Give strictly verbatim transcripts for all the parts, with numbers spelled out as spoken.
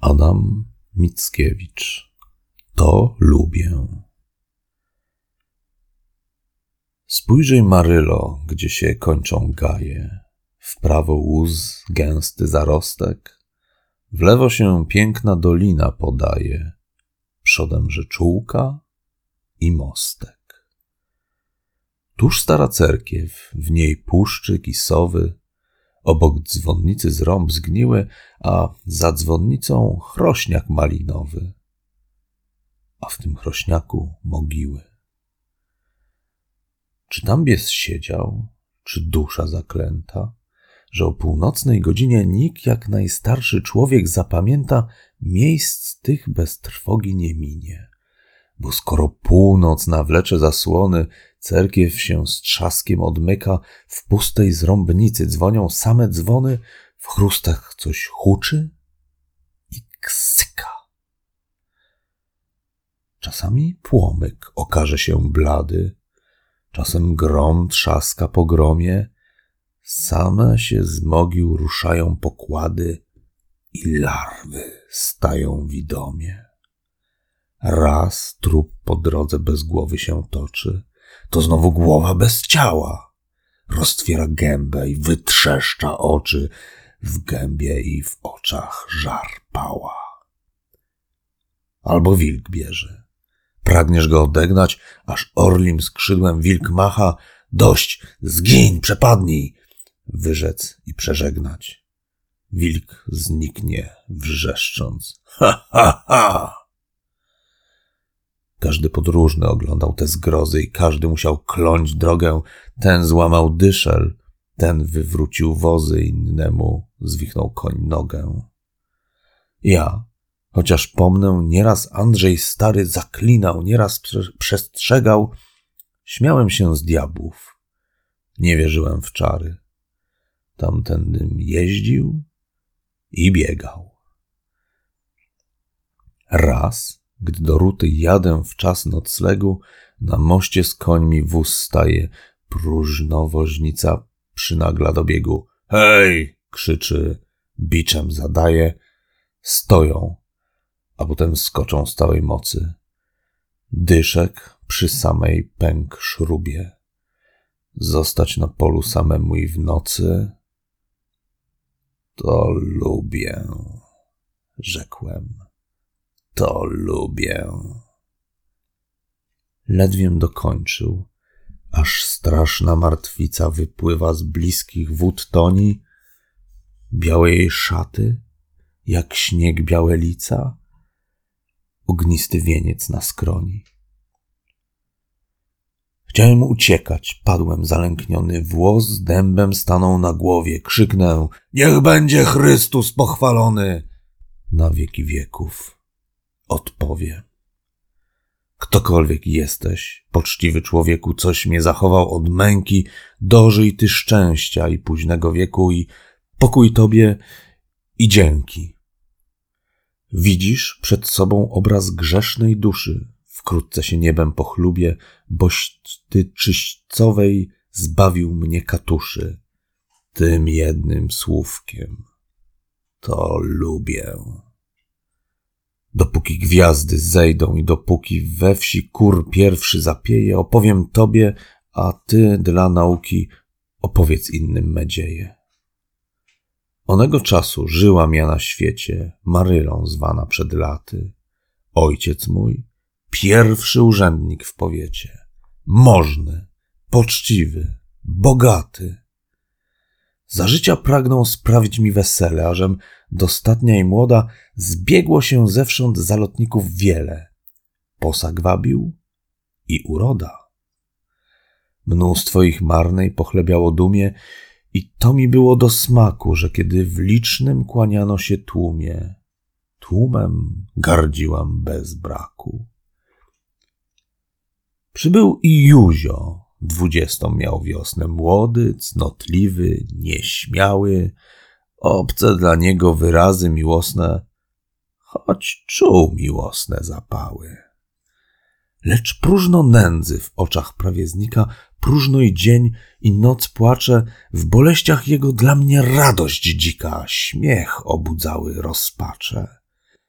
Adam Mickiewicz. To lubię. Spójrzyj, Marylo, gdzie się kończą gaje. W prawo łuz gęsty zarostek, w lewo się piękna dolina podaje, przodem rzeczułka i mostek. Tuż stara cerkiew, w niej puszczyk i sowy, obok dzwonnicy zrąb zgniły, a za dzwonnicą chrośniak malinowy, a w tym chrośniaku mogiły. Czy tam bies siedział, czy dusza zaklęta, że o północnej godzinie nikt jak najstarszy człowiek zapamięta miejsc tych bez trwogi nie minie, bo skoro północ nawlecze zasłony, cerkiew się z trzaskiem odmyka, w pustej zrąbnicy dzwonią same dzwony, w chrustach coś huczy i ksyka. Czasami płomyk okaże się blady, czasem grom trzaska po gromie, same się z mogił ruszają pokłady i larwy stają widomie. Raz trup po drodze bez głowy się toczy, to znowu głowa bez ciała. Roztwiera gębę i wytrzeszcza oczy, w gębie i w oczach żar pała. Albo wilk bierze. Pragniesz go odegnać, aż orlim skrzydłem wilk macha. Dość, zgiń, przepadnij, wyrzec i przeżegnać. Wilk zniknie, wrzeszcząc. Ha, ha, ha! Każdy podróżny oglądał te zgrozy i każdy musiał kląć drogę. Ten złamał dyszel, ten wywrócił wozy, innemu zwichnął koń nogę. Ja, chociaż pomnę, nieraz Andrzej stary zaklinał, nieraz przestrzegał, śmiałem się z diabłów, nie wierzyłem w czary. Tamtędym jeździł i biegał. Raz, gdy do Ruty jadę w czas noclegu, na moście z końmi wóz staje, próżno woźnica przynagla do biegu. Hej! Krzyczy, biczem zadaje. Stoją, a potem skoczą z całej mocy. Dyszek przy samej pęk szrubie. Zostać na polu samemu i w nocy? To lubię, rzekłem. To lubię. Ledwiem dokończył, aż straszna martwica wypływa z bliskich wód toni, białe jej szaty, jak śnieg białe lica, ognisty wieniec na skroni. Chciałem uciekać, padłem zalękniony, włos dębem stanął na głowie, krzyknę: niech będzie Chrystus pochwalony! Na wieki wieków odpowie. Ktokolwiek jesteś, poczciwy człowieku, coś mnie zachował od męki, dożyj ty szczęścia i późnego wieku i pokój tobie i dzięki. Widzisz przed sobą obraz grzesznej duszy, wkrótce się niebem pochlubię, boś ty czyścowej zbawił mnie katuszy. Tym jednym słówkiem to lubię. Dopóki gwiazdy zejdą i dopóki we wsi kur pierwszy zapieje, opowiem tobie, a ty dla nauki opowiedz innym me dzieje. Onego czasu żyłam ja na świecie, Marylą zwana przed laty. Ojciec mój, pierwszy urzędnik w powiecie, możny, poczciwy, bogaty. Za życia pragnął sprawić mi wesele, ażem dostatnia i młoda zbiegło się zewsząd zalotników wiele. Posag wabił i uroda. Mnóstwo ich marnej pochlebiało dumie i to mi było do smaku, że kiedy w licznym kłaniano się tłumie, tłumem gardziłam bez braku. Przybył i Józio, dwudziestą miał wiosnę, młody, cnotliwy, nieśmiały, obce dla niego wyrazy miłosne, choć czuł miłosne zapały. Lecz próżno nędzy w oczach prawie znika, próżno i dzień i noc płacze, w boleściach jego dla mnie radość dzika, śmiech obudzały rozpacze.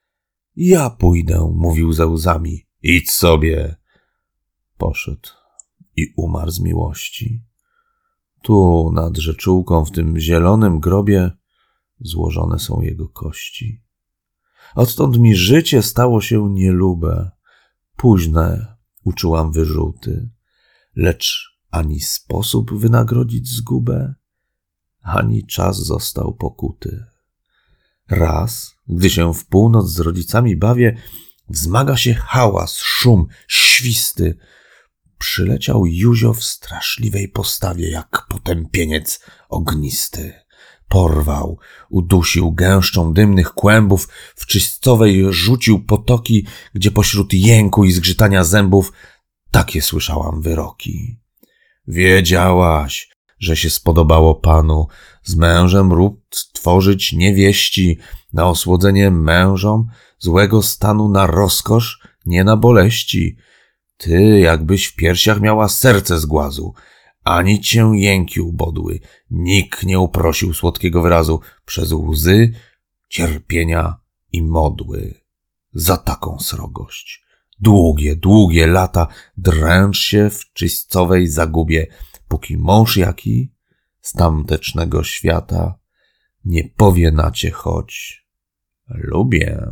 Ja pójdę, mówił ze łzami. Idź sobie. Poszedł i umarł z miłości. Tu nad rzeczułką, w tym zielonym grobie, złożone są jego kości. Odtąd mi życie stało się nielube. Późne uczułam wyrzuty, lecz ani sposób wynagrodzić zgubę, ani czas został pokuty. Raz, gdy się w północ z rodzicami bawię, wzmaga się hałas, szum, świsty. Przyleciał Józio w straszliwej postawie, jak potępieniec ognisty. Porwał, udusił gęszczą dymnych kłębów, w czyścowej rzucił potoki, gdzie pośród jęku i zgrzytania zębów takie słyszałam wyroki. Wiedziałaś, że się spodobało panu z mężem ród tworzyć niewieści, na osłodzenie mężom złego stanu, na rozkosz, nie na boleści. Ty, jakbyś w piersiach miała serce z głazu, ani cię jęki ubodły, nikt nie uprosił słodkiego wyrazu przez łzy, cierpienia i modły. Za taką srogość długie, długie lata dręcz się w czyścowej zagubie, póki mąż jaki z tamtecznego świata nie powie na cię choć lubię.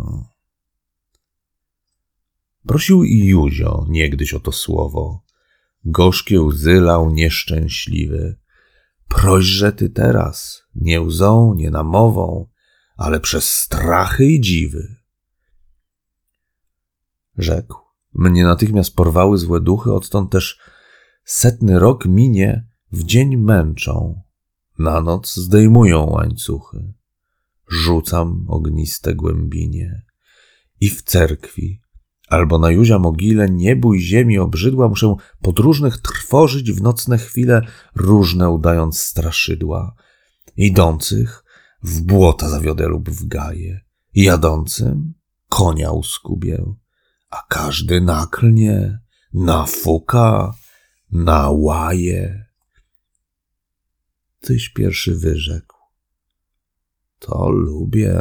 Prosił i Józio niegdyś o to słowo. Gorzkie łzy lał nieszczęśliwy. Prośże ty teraz, nie łzą, nie namową, ale przez strachy i dziwy. Rzekł, mnie natychmiast porwały złe duchy, odtąd też setny rok minie, w dzień męczą, na noc zdejmują łańcuchy. Rzucam ogniste głębinie i w cerkwi albo na Józia mogile niebój ziemi obrzydła muszę podróżnych trwożyć w nocne chwile, różne udając straszydła. Idących w błota zawiodę lub w gaje, jadącym konia uskubię, a każdy naklnie, nafuka, nałaje. Tyś pierwszy wyrzekł, to lubię.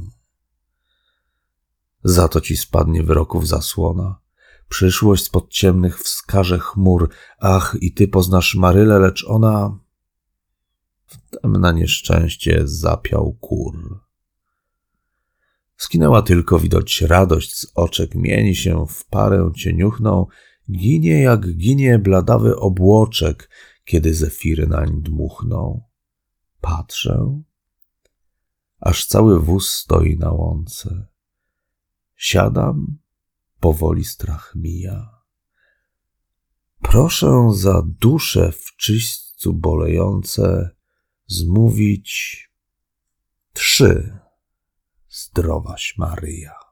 Za to ci spadnie wyroków zasłona. Przyszłość spod ciemnych wskaże chmur. Ach, i ty poznasz Marylę, lecz ona wtem na nieszczęście zapiał kur. Skinęła tylko, widać radość z oczek, mieni się w parę cieniuchną, ginie jak ginie bladawy obłoczek, kiedy zefiry nań dmuchną. Patrzę, aż cały wóz stoi na łące. Siadam, powoli strach mija. Proszę za dusze w czyśćcu bolejące zmówić trzy zdrowaś Maryja.